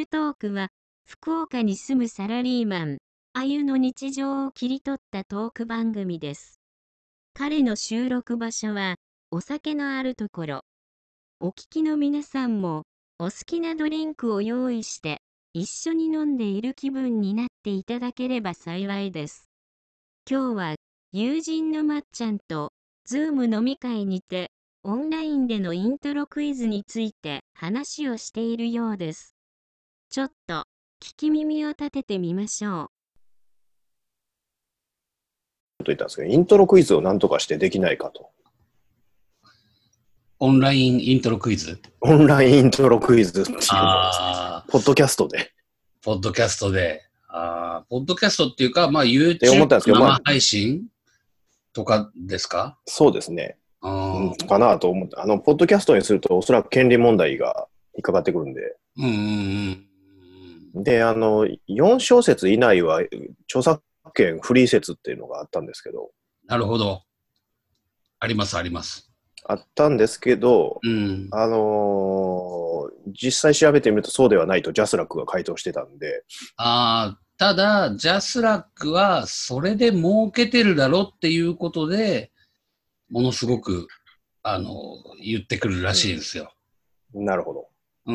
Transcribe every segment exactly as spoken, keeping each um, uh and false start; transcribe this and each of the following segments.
トークは、福岡に住むサラリーマン、あゆの日常を切り取ったトーク番組です。彼の収録場所は、お酒のあるところ。お聞きの皆さんも、お好きなドリンクを用意して、一緒に飲んでいる気分になっていただければ幸いです。今日は、友人のまっちゃんと、ズーム飲み会にて、オンラインでのイントロクイズについて話をしているようです。ちょっと、聞き耳を立ててみましょう。 と言ったんですけど、イントロクイズを何とかしてできないかと。 オンラインイントロクイズオンラインイントロクイズっていうのをですね、 あポッドキャストで。 ポッドキャストで。あポッドキャストっていうか、まあ YouTube 生配信とかですか？ そうですね。 あうん、かなと思って。あの、ポッドキャストにするとおそらく権利問題が引っかかってくるんで。 うんうんうん。で、あの、よん小節以内は著作権フリー説っていうのがあったんですけど。 なるほど。ありますあります。 あったんですけど、 うん、 あのー、実際調べてみるとそうではないとジャスラックが回答してたんで。 ああ、ただ、ジャスラックはそれで儲けてるだろっていうことで、ものすごく、あの、言ってくるらしいですよ。 うん、なるほど。 うん。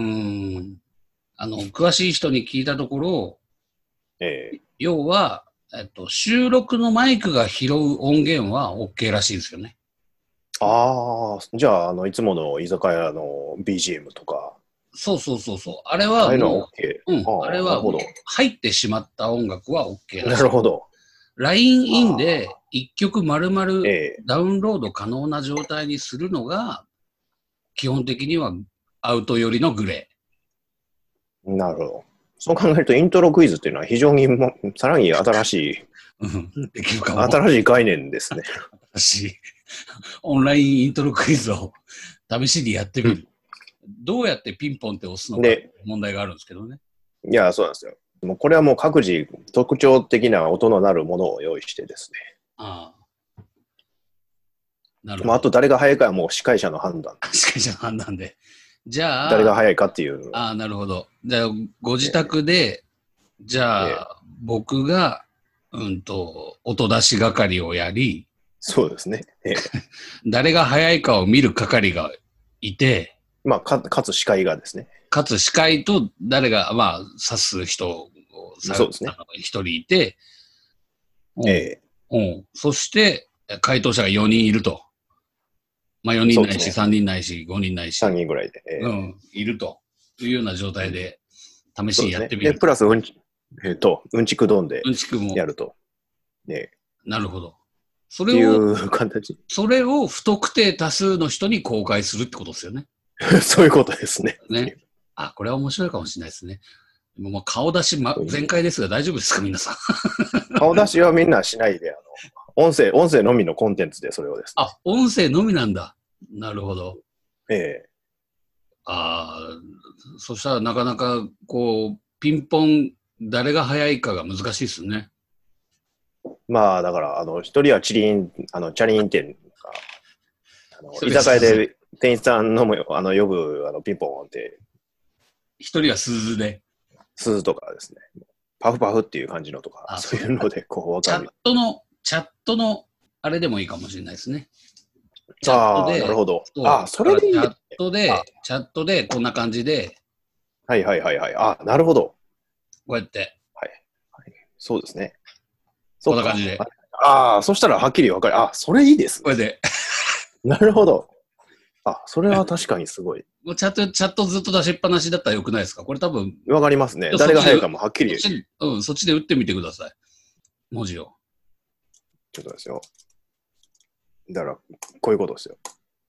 あの、詳しい人に聞いたところ、 えー、 要は、えっと、収録のマイクが拾う音源は OK らしいですよね。 ああ、じゃあ、あの、いつもの居酒屋の ビージーエム とか。 そうそうそうそう。あれはもう、ああいうのは OK。 うん。あ, あれは入ってしまった音楽は OK らしい。 なるほど。 ライン インでいっきょく丸々ダウンロード可能な状態にするのが、基本的にはアウト寄りのグレー。なるほど。そう考えると、イントロクイズっていうのは非常にもさらに新しい、 できるかも新しい概念ですね。 新しい。オンラインイントロクイズを試しにやってみる。うん、どうやってピンポンって押すのか問題があるんですけどね。 いや、そうなんですよ。もうこれはもう各自特徴的な音のなるものを用意してですね。 ああ。なるほど。 まあ、あと誰が早いかはもう司会者の判断。 司会者の判断で。じゃあ、 誰が早いかっていう。 ああ、なるほど。じゃあ、ご自宅で、えー、じゃあ、えー、僕が、うんと、音出し係をやり、 そうですね。えー、 誰が早いかを見る係がいて、 まあ、か、かつ司会がですね。 かつ司会と誰が、まあ、指す人を、 そうですね。 一人いて、 うん、えー、うん。そして、回答者がよにんいると。まあ、よにんないし、ね、さんにんないし、ごにんないし。 さんにんぐらいで。 えー、うん。いるというような状態で、試しにやってみる。 で、ね、プラス、うんち、えっ、ー、と、うんちくどんでやると。 ね、なるほど。それを、 いう形。 それを不特定多数の人に公開するってことですよね。 そういうことですね。 ね。あ、これは面白いかもしれないですね。でももう顔出し、ま、全開ですが大丈夫ですか皆さん。 顔出しはみんなしないで、あの、音声、音声のみのコンテンツでそれをですね。 あ、音声のみなんだ。なるほど。 ええ。 ああ、そしたらなかなか、こう、ピンポン、誰が早いかが難しいですね。 まあ、だから、あの、一人はチリン、あの、チャリン店か、あの、居酒屋で店員さんのも、あの、呼ぶ、あの、ピンポンって。 一人は鈴で。 鈴とかですね。パフパフっていう感じのとか、そういうので、こう、わかる。 チャットの、チャットの、あれでもいいかもしれないですね。 チャットで。ああ、なるほど。ああ、それでいい。 チャットで、チャットで、こんな感じで。 はいはいはいはい。ああ、なるほど。 こうやって。 はい。はい、そうですね。 こんな感じで。 ああ、そしたらはっきりわかる。あ、それいいです、ね。 これで。 なるほど。あ、それは確かにすごい。 もうチャット、チャットずっと出しっぱなしだったらよくないですか？これ多分。 わかりますね。誰が早いかもはっきり。 そうん、そっちで打ってみてください。文字を。 ちょっとですよ。だから、こういうことですよ。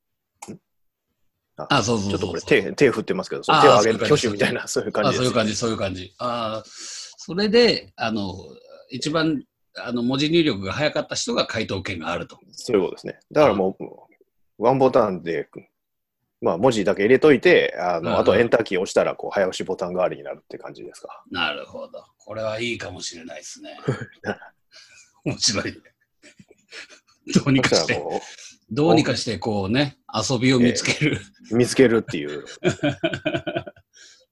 ああ、そうそうそうそう。 ちょっとこれ手、手振ってますけど、その手を上げる挙手みたいな、そういう感じです、 ね。あ、そういう感じ、そういう感じ。ああ、それで、あの、一番、あの、文字入力が早かった人が回答権があると。 そういうことですね。だからもう、ワンボタンで、まあ、文字だけ入れといて、あの、うん、あとエンターキーを押したら、こう、早押しボタン代わりになるって感じですか。 なるほど。これはいいかもしれないですね。面白い。どうにかして、どうにかして、こうね、遊びを見つける。 えー、見つけるっていう。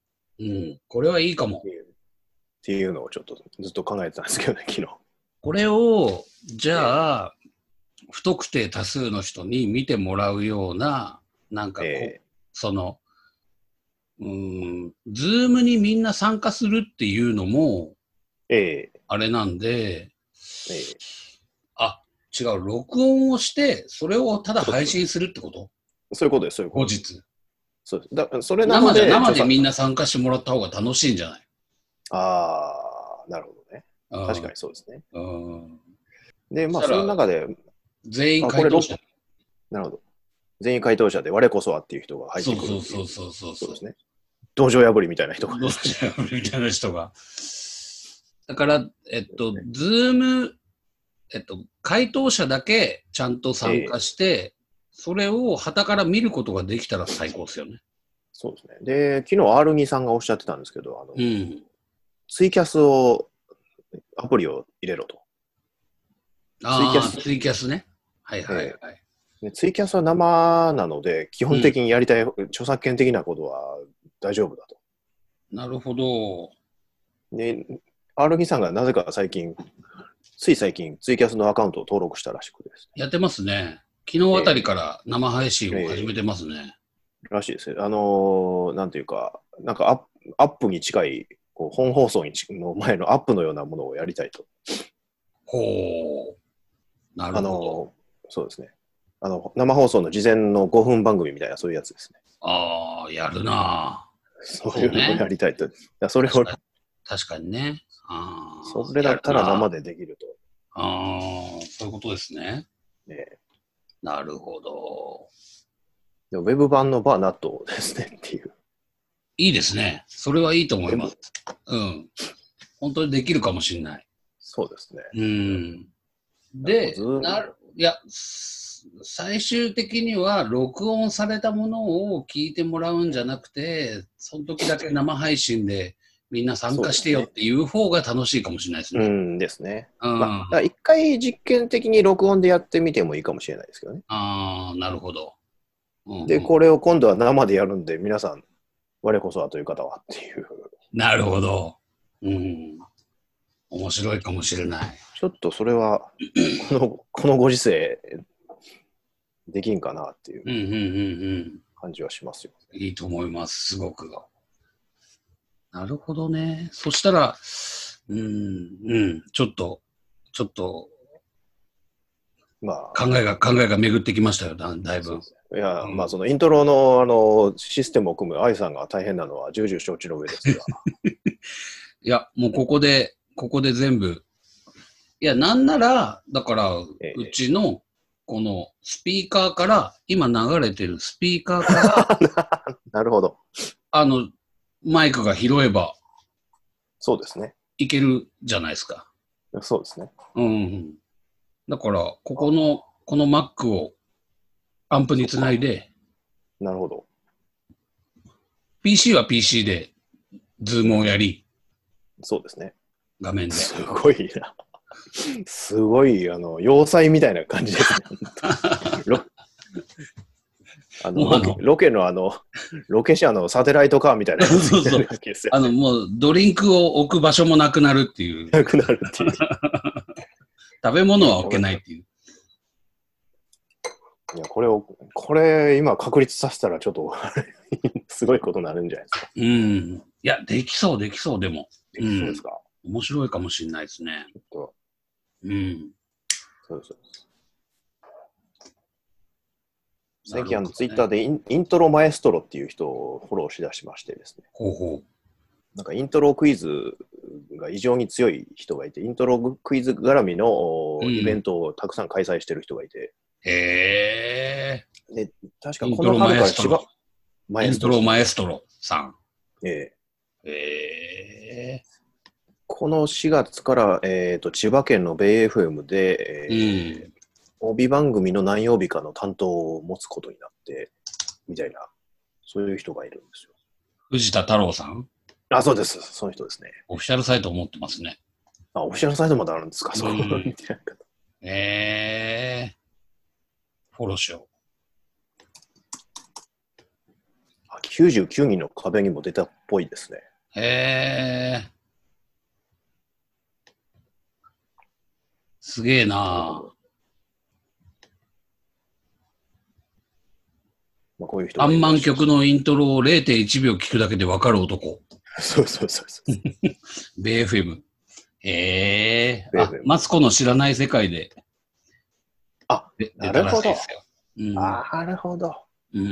うん。これはいいかもっ。ていう、っていうのをちょっとずっと考えてたんですけどね、昨日。 これを、じゃあ、不特定多数の人に見てもらうような、なんかこう、 えその、うーん、ズームにみんな参加するっていうのも、 ええあれなんで、 ええあ、違う、録音をして、それをただ配信するってことそういうことです、そういうことです。 後日。 そうです。だそれなの生で、 で、 生で著作みんな参加してもらった方が楽しいんじゃない？ ああ、なるほどね。確かにうそうですね。 ん。 で、まあ、 そしたらその中で、 全員あ、これ、ろ回答者。 なるほど。全員回答者で、我こそはっていう人が入ってそうくるっていう。 そうそうそうそう。 そうですね。道場破りみたいな人が。 どうしようみたいな人が。だから、えっと、ズーム、えっと、回答者だけちゃんと参加して、それを傍から見ることができたら最高ですよね。 そうですね。で、昨日 アールツー さんがおっしゃってたんですけど、あの、 うん。 ツイキャスを、アプリを入れろと。ツイキャああ、 ス、 ツイキャスね。はいはいはい。 えーでツイキャスは生なので、基本的にやりたい、著作権的なことは大丈夫だと。 なるほど。 で、アールツー さんがなぜか最近、つい最近、ツイキャスのアカウントを登録したらしくですやってますね。昨日あたりから生配信を始めてますね。 ね。らしいですね。あのーなんていうか、なんかアップアップに近い、こう本放送にちの前のアップのようなものをやりたいと。 ほう。なるあほど。 のーそうですね。あの、生放送の事前のごふん番組みたいな、そういうやつですね。 ああ、やるなそういうのをそうねやりたいと。だそれを確、か確かにね。ああ、 それだったら生で。 でできると。 ああ、そういうことですね。 ね、 なるほど。 でウェブ版のバーナットですねっていう。 いいですね。それはいいと思いウェブます。うん。本当にできるかもしれない。 そうですね。 うん。でズーム、 なる、いや、す最終的には録音されたものを聞いてもらうんじゃなくて、その時だけ生配信でみんな参加してよっていう方が楽しいかもしれないですね。 うんですね。 うん。 まあ、一回実験的に録音でやってみてもいいかもしれないですけどね。 ああ、なるほど。うんうんで、これを今度は生でやるんで、皆さん、我こそはという方はっていう。 なるほど。うん。面白いかもしれない。 ちょっとそれは、この、このご時世、できんかなっていううんうんうんうん。 感じはしますよ。 いいと思います、すごく。なるほどね。そしたら、うん、うん、ちょっと、ちょっと、 まあ、 考えが、考えが巡ってきましたよ、だだいぶ。 いや、 うんまあ、そのイントロの、あの、システムを組む愛さんが大変なのは重々承知の上ですが。 いや、もうここで、ここで全部。いや、なんなら、だから、 ええうちの、このスピーカーから、今流れてるスピーカーから、 なるほど。 あの、マイクが拾えばそうですね。 いけるじゃないですか。 そうですね。 うん。だから、ここの、この Mac をアンプにつないで、 なるほど。 ピーシー は ピーシー で、ズームをやり、 そうですね。 画面で。 すごいな。すごい、あの、要塞みたいな感じですね。ロあのもうあのロケロケのあの、ロケ車のサテライトカーみたいなやつになるわけですよ。 あの、もうドリンクを置く場所もなくなるっていう。 なくなるっていう。 食べ物は置けないっていう。 いや、これを、これ今確立させたらちょっとすごいことになるんじゃないですか。 うん。いや、できそう、できそう、でも。 できそうですか、 面白いかもしれないですね。 ちょっと、 うん。 そうです。そうです最近あの、 ねツイッターでインイントロマエストロっていう人をフォローしだしましてですね。 ほうほう。 なんかイントロクイズが異常に強い人がいて、イントロクイズ絡みのうんイベントをたくさん開催してる人がいて、 へえ。 で、確かイントロこの春マエストロから芝、。マイントエストロロマエストロさん。 ええへえ。 このしがつから、えー、と千葉県のベイ エフエム で、えーうん。 帯番組の何曜日かの担当を持つことになって、みたいな、そういう人がいるんですよ。 藤田太郎さん。 あ、そうです。その人ですね。 オフィシャルサイトを持ってますね。 あ、オフィシャルサイトまであるんですか、そううんみたいな方。 へえ。フォローしよあきゅうじゅうきゅうにんの壁にも出たっぽいですね。 へえ。すげえな。 まあ、こういう人さんまんいらっしゃる曲のイントロを れいてんいちびょう聞くだけでわかる男。 そうそうそうそう。 ベイ エフエム。へえ。あ、 ベイエフエムマツコの知らない世界で。 あ、 でなるほど出たらしいですよ。うん。 なるほど。 うん。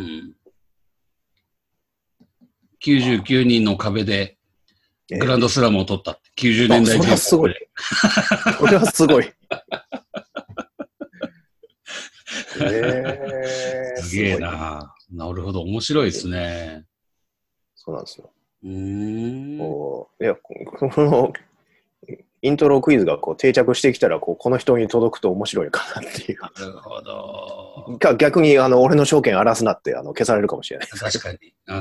きゅうじゅうきゅうにんの壁でえーグランドスラムを取ったって。きゅうじゅうねんだいあそれはすごい。これはすごい。えー、 すげえすごい。 な。なるほど。面白いですね。 そうなんですよ。 うーん。 こういや、このイントロクイズがこう定着してきたらこう、この人に届くと面白いかなっていう。 なるほど。 か逆にあの俺の証券荒らすなってあの消されるかもしれない。 確かに。うん。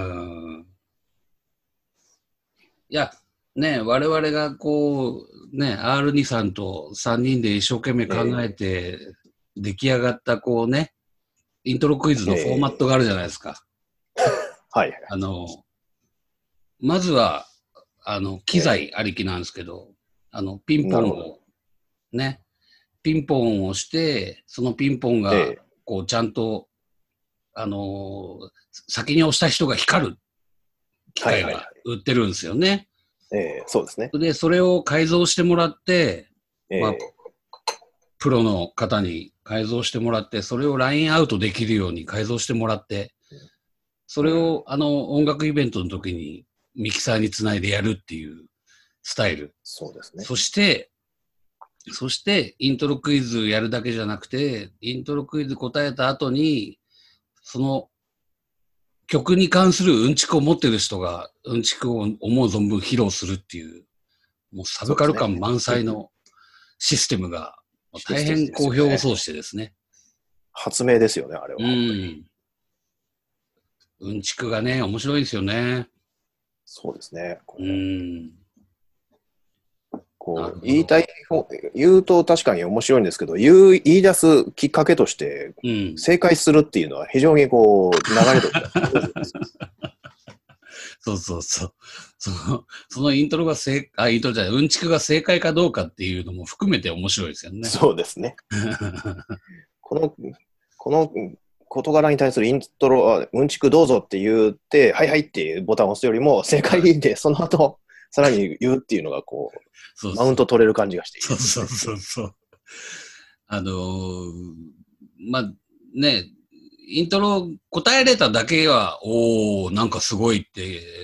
いや、ね、我々がこう、ね、アールツー さんとさんにんで一生懸命考えて、出来上がったこうね、イントロクイズのフォーマットがあるじゃないですか。 はい。 あの、まずは、あの、機材ありきなんですけど、あの、ピンポンなるほを、ね、ピンポンを押して、そのピンポンがええ、 こう、ちゃんと、あのー先に押した人が光る機械がはいはいはい売ってるんですよね。 ええ、そうですね。 で、それを改造してもらって、 ええまあプロの方に改造してもらって、それをラインアウトできるように改造してもらって、それを、あの、音楽イベントの時にミキサーにつないでやるっていうスタイル。 そうですね。 そして、そして、イントロクイズやるだけじゃなくて、イントロクイズ答えた後に、その曲に関するうんちくを持ってる人が、うんちくを思う存分披露するっていう、もうサブカル感満載のシステムが、大変好評を奏してですね。 発明ですよね、あれは。 うん。うんちくがね、面白いですよね。 そうですね。こうれん。 こなるほどう言いたい方、言うと確かに面白いんですけど、言う言い出すきっかけとして、 うん。 正解するっていうのは非常にこう、流れとしてそうそうそう。その、そのイントロが正、あ、イントロじゃない、うんちくが正解かどうかっていうのも含めて面白いですよね。 そうですね。この、この事柄に対するイントロ、あうんちくどうぞって言って、はいはいっていうボタンを押すよりも、正解でその後、さらに言うっていうのがこう、 そうそうマウント取れる感じがしていいですね。 そうそうそうそう。あのー、まあ、ね、イントロ答えれただけは、おー、なんかすごいって、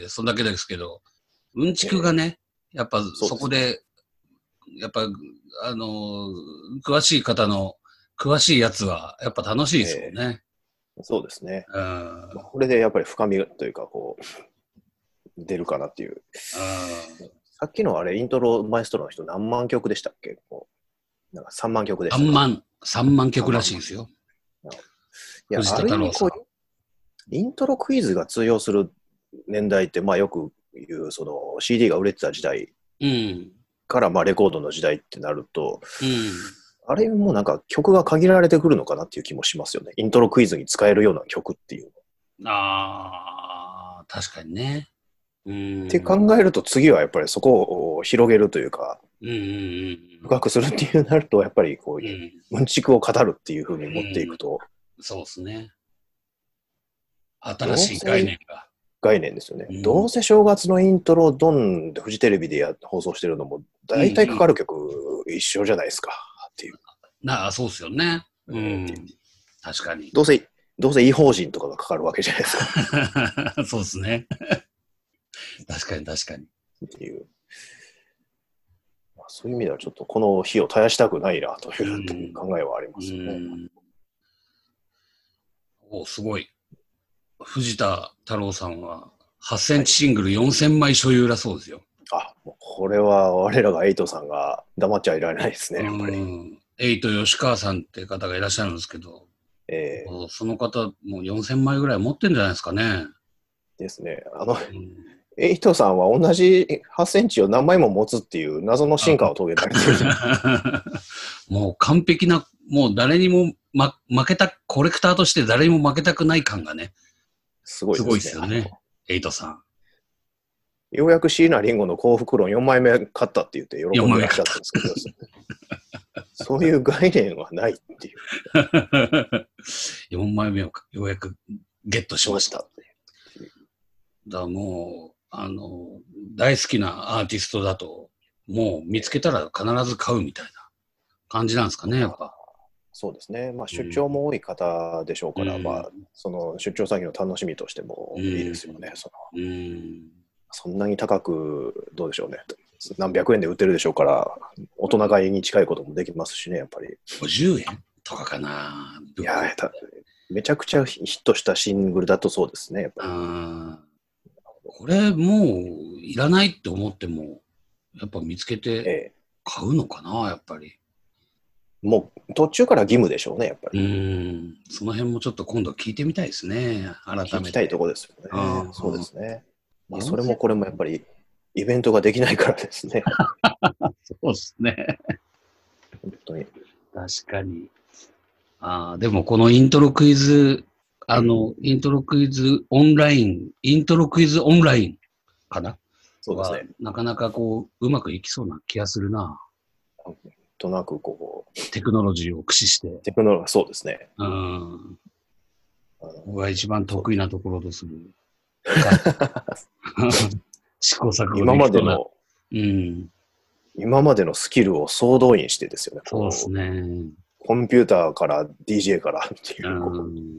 そんだけですけど、うんちくがね、やっぱそこで、やっぱ、あのー、詳しい方の、詳しいやつは、やっぱ楽しいですもんね。 そうですね。 うん。 まあこれでやっぱり深みというか、こう、出るかなっていう。 うんさっきのあれ、イントロマエストロの人何万曲でしたっけこうなんかさんまん曲でしたさんまん、さんまん曲らしいですよ。 いや、 藤田ある意太郎さん味こう、イントロクイズが通用する年代って、まあよく言う、その シーディー が売れてた時代うん。 から、まあレコードの時代ってなると、 うん。 あれもなんか曲が限られてくるのかなっていう気もしますよね。イントロクイズに使えるような曲っていう。 ああ、確かにね。うん。 って考えると次はやっぱりそこを広げるというか、 うんうんうん深くするっていうなると、やっぱりこう、 うん。うん。 うんちくを語るっていう風に持っていくと、 そうですね。新しい概念が。 概念ですよね。 うんどうせ正月のイントロドンでフジテレビでや放送してるのも、大体かかる曲一緒じゃないですかっていう。 なあ、そうですよね。ううんん。確かに。 どうせ、どうせ違法人とかがかかるわけじゃないですかそうですね。確かに確かに。 っていう。まあそういう意味ではちょっとこの火を絶やしたくないなという考えはありますよね。 うんお、すごい。藤田太郎さんははちセンチシングルよんせんまい所有らそうですよ。 あ、もうこれは我らがエイトさんが黙っちゃいられないですね、やっぱり。 うんエイト吉川さんっていう方がいらっしゃるんですけど、 えその方もうよんせんまいぐらい持ってるんじゃないですかね。 ーですね。あの、 うんエイトさんは同じはちセンチを何枚も持つっていう謎の進化を遂げられてるじゃないもう完璧な、もう誰にも、ま、負けた、コレクターとして誰にも負けたくない感がね、 すごいすですね。 ごいですよね。エイトさん。 ようやく椎名林檎の幸福論よんまいめ買ったって言って喜んでらっしゃったんですけど、そういう概念はないっていう。 よんまいめをようやくゲットしました。だからもう、あの、大好きなアーティストだと、もう見つけたら必ず買うみたいな感じなんですかね、やっぱ。 そうですね。まあ出張も多い方でしょうから、 うん、 まあ、その出張先の楽しみとしてもいいですよね。うん、そのうんそんなに高く、どうでしょうね。何百円で売ってるでしょうから、大人買いに近いこともできますしね、やっぱり。 ごじゅうえんとかかな。 いやめちゃくちゃヒットしたシングルだとそうですね、やっぱり。あこれもういらないって思っても、やっぱ見つけて買うのかな、やっぱり。 もう途中から義務でしょうね、やっぱり。 うん。その辺もちょっと今度聞いてみたいですね、改めて。 聞きたいところですよね。そうですね。まあ、それもこれもやっぱりイベントができないからですね。 そうですね。 本当に。 確かに。ああ、でもこのイントロクイズ、あの、うん、イントロクイズオンライン、イントロクイズオンラインかな。 そうですね。 なかなかこう、うまくいきそうな気がするな。 なんとなくこう。 テクノロジーを駆使して。 テクノロジー、そうですね。 うん。僕が一番得意なところとする。試行錯誤で今までの、 うん、 今までのスキルを総動員してですよね。 そうですね。 コンピューターから ディージェー からっていう、 うん。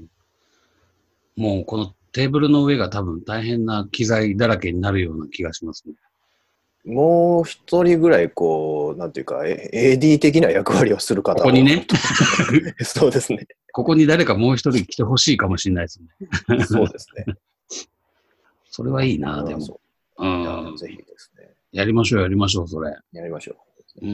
もうこのテーブルの上が多分大変な機材だらけになるような気がしますね。 もう一人ぐらいこう、なんていうか、エーディー 的な役割をする方ここにね。 そうですね。 ここに誰かもう一人来てほしいかもしれないですね。 そうですね。 それはいいな、でも。 うん。ぜひですね。 やりましょう、やりましょう、それ。 やりましょう。うん。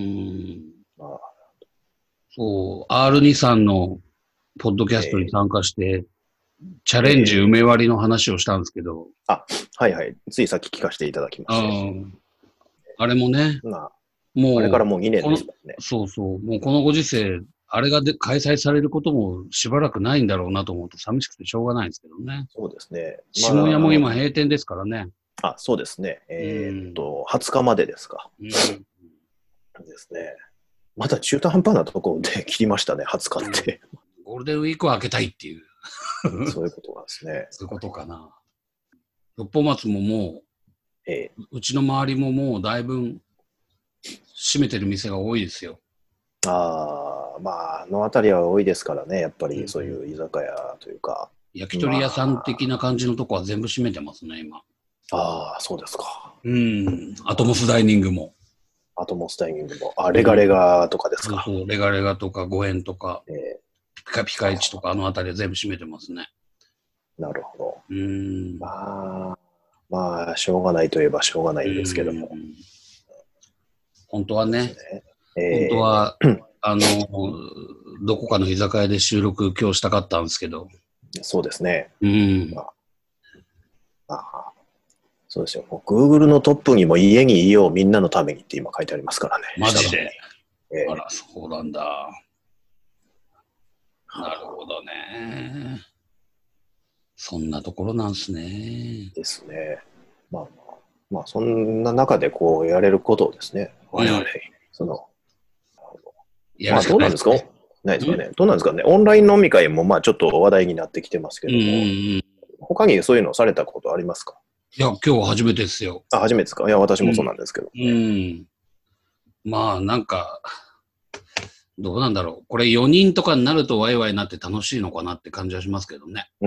まあ、そう、アールツー さんのポッドキャストに参加して、えー、チャレンジ埋め割りの話をしたんですけど。 えー、あ、はいはい。ついさっき聞かせていただきました。 あれもね、 まあ、もう、あれからもうにねんですもんね。 そうそう。もうこのご時世、あれがで開催されることもしばらくないんだろうなと思うと寂しくてしょうがないんですけどね。 そうですね。 下屋も今閉店ですからね。 あ、そうですね。えー、っと、はつかまでですか。うん。ですね。まだ中途半端なところで切りましたね、はつかって。 うん、ゴールデンウィークは開けたいっていう。 そういうことなんですね。 そういうことかな。六本松ももう、 ええ、 うちの周りももうだいぶ閉めてる店が多いですよ。 ああ、まあ、あの辺りは多いですからね、やっぱりそういう居酒屋というか。 うん、焼き鳥屋さん的な感じのとこは全部閉めてますね、今。 ああ、そうですか。 うん。アトモスダイニングも。 アトモスダイニングも。あ、レガレガとかですか。 そうそう、レガレガとかごえんとか、えー、ピカピカイチとかあの辺りは全部閉めてますね。 なるほど。 うん。 まあ、まあ、しょうがないといえばしょうがないんですけども。 本当はね、えー、本当は、あの、どこかの居酒屋で収録今日したかったんですけど。 そうですね。 うん。 まあ、まあ、そうですよ。もう Google のトップにも家にいようみんなのためにって今書いてありますからね。 マジで。 えー、 あら、そうなんだ。なるほどね。そんなところなんですね。 ですね。まあ、まあ、そんな中でこうやれることをですね、我々、うん、その、まあ、どうなんですかないですかね。どうなんですかね。オンライン飲み会もまあちょっと話題になってきてますけども、うんうん、他にそういうのされたことありますか？ いや、今日初めてですよ。 あ、初めてですか？いや、私もそうなんですけど、 ね。うん。うん、まあ、なんか、どうなんだろう。これよにんとかになるとワイワイになって楽しいのかなって感じはしますけどね。 うん、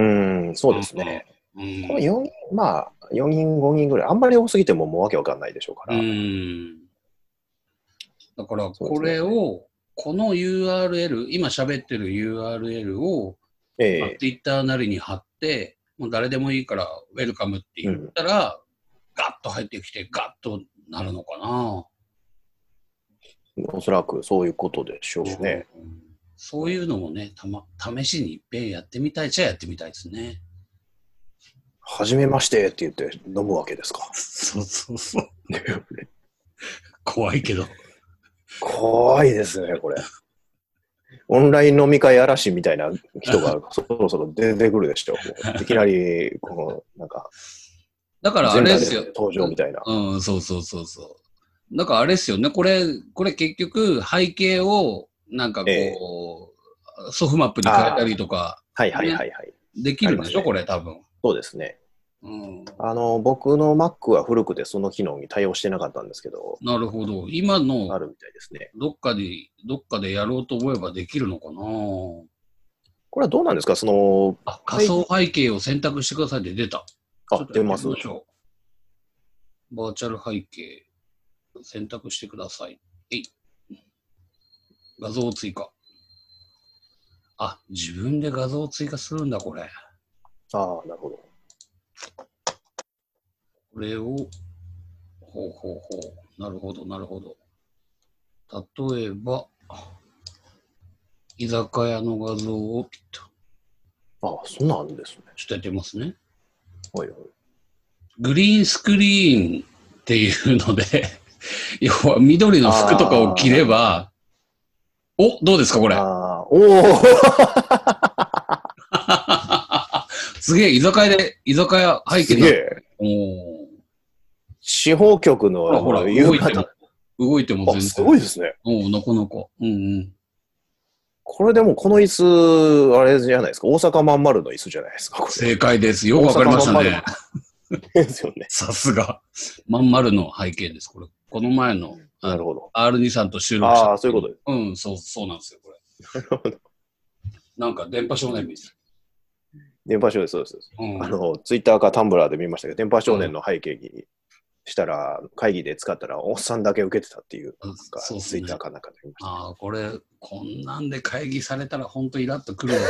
そうですね。うん、このよにん、まあ、よにん、ごにんぐらい、あんまり多すぎてももうわけわかんないでしょうから。 うん。だから、これを、この ユーアールエル、今喋ってる ユーアールエル を、えーまあ、Twitter なりに貼って、もう誰でもいいから、ウェルカムって言ったら、うん、ガッと入ってきて、ガッとなるのかな。 おそらくそういうことでしょうね。 うん、そういうのもね、たま、試しにいっぺんやってみたいっちゃやってみたいですね。 はじめましてって言って飲むわけですか。 そうそうそう。怖いけど。 怖いですね、これ。オンライン飲み会嵐みたいな人がそろそろ出てくるでしょう。いきなり、この、なんか。 だからあれですよ。 登場みたいな。 うん、そうそうそうそう。だからあれですよね。これ、これ結局背景をなんかこう、えー、ソフマップに変えたりとか、 はいはいはいはい。 できるんでしょ、ね、これ多分。 そうですね。 うん、 あの、僕の Mac は古くてその機能に対応してなかったんですけど。 なるほど。今の、 あるみたいですね。 どっかで、どっかでやろうと思えばできるのかな。 これはどうなんですかその、 あ、仮想背景を選択してくださいって出た。 あ、出ます。 バーチャル背景選択してください。えい。画像追加。あ、自分で画像を追加するんだ、これ。ああ、なるほど。 これを、ほうほうほう。なるほど、なるほど。例えば、居酒屋の画像をピッと。 ああ、そうなんですね。 ちょっとやってみますね。 はいはい。 グリーンスクリーンっていうので、要は緑の服とかを着れば、お、どうですか、これ。 あおおすげえ、居酒屋で、居酒屋背景だ。 すげえ。 お地方局の、 ほらほら、動いても、動いても全然。 すごいですね。 おなかなか。うんうん。 これでもこの椅子、あれじゃないですか。大阪まん丸の椅子じゃないですか。これ正解です。よくわかりましたね。 ですよね。 さすが。まん丸の背景です。これ、この前の、 なるほど。 アールに さんと収録した。 ああ、そういうことです。 うん、そう、そうなんですよ、これ。なるほど。なんか、電波少年みたい。 電波少年、そうです。うん、あの、ツイッターかタンブラーで見ましたけど、電波少年の背景にしたら、うん、会議で使ったら、おっさんだけ受けてたっていう、なんか、そうツイッターかなんかで見ました。 ああ、これ、こんなんで会議されたら、本当イラッとくるわ。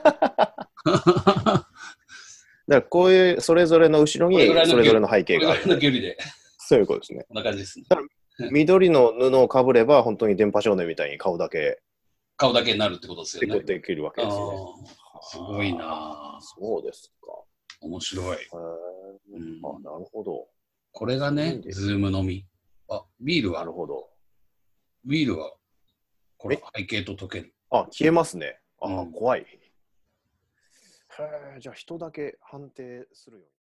だからこういう、それぞれの後ろに、それぞれの背景がある。 これぐらいの距離で。 そういうことですね。 こんな感じですね。 緑の布をかぶれば、本当に電波少年みたいに顔だけ。 顔だけになるってことですよね。 できるわけですよね。 すごいな。 そうですか。 面白い。 うん、あ、なるほど。 これがね、ズームのみ。あ、ビールは。 なるほど。 ビールは、これ、背景と溶ける。 あ、消えますね。あ、 うん、 怖い。へえ、じゃあ人だけ判定するように。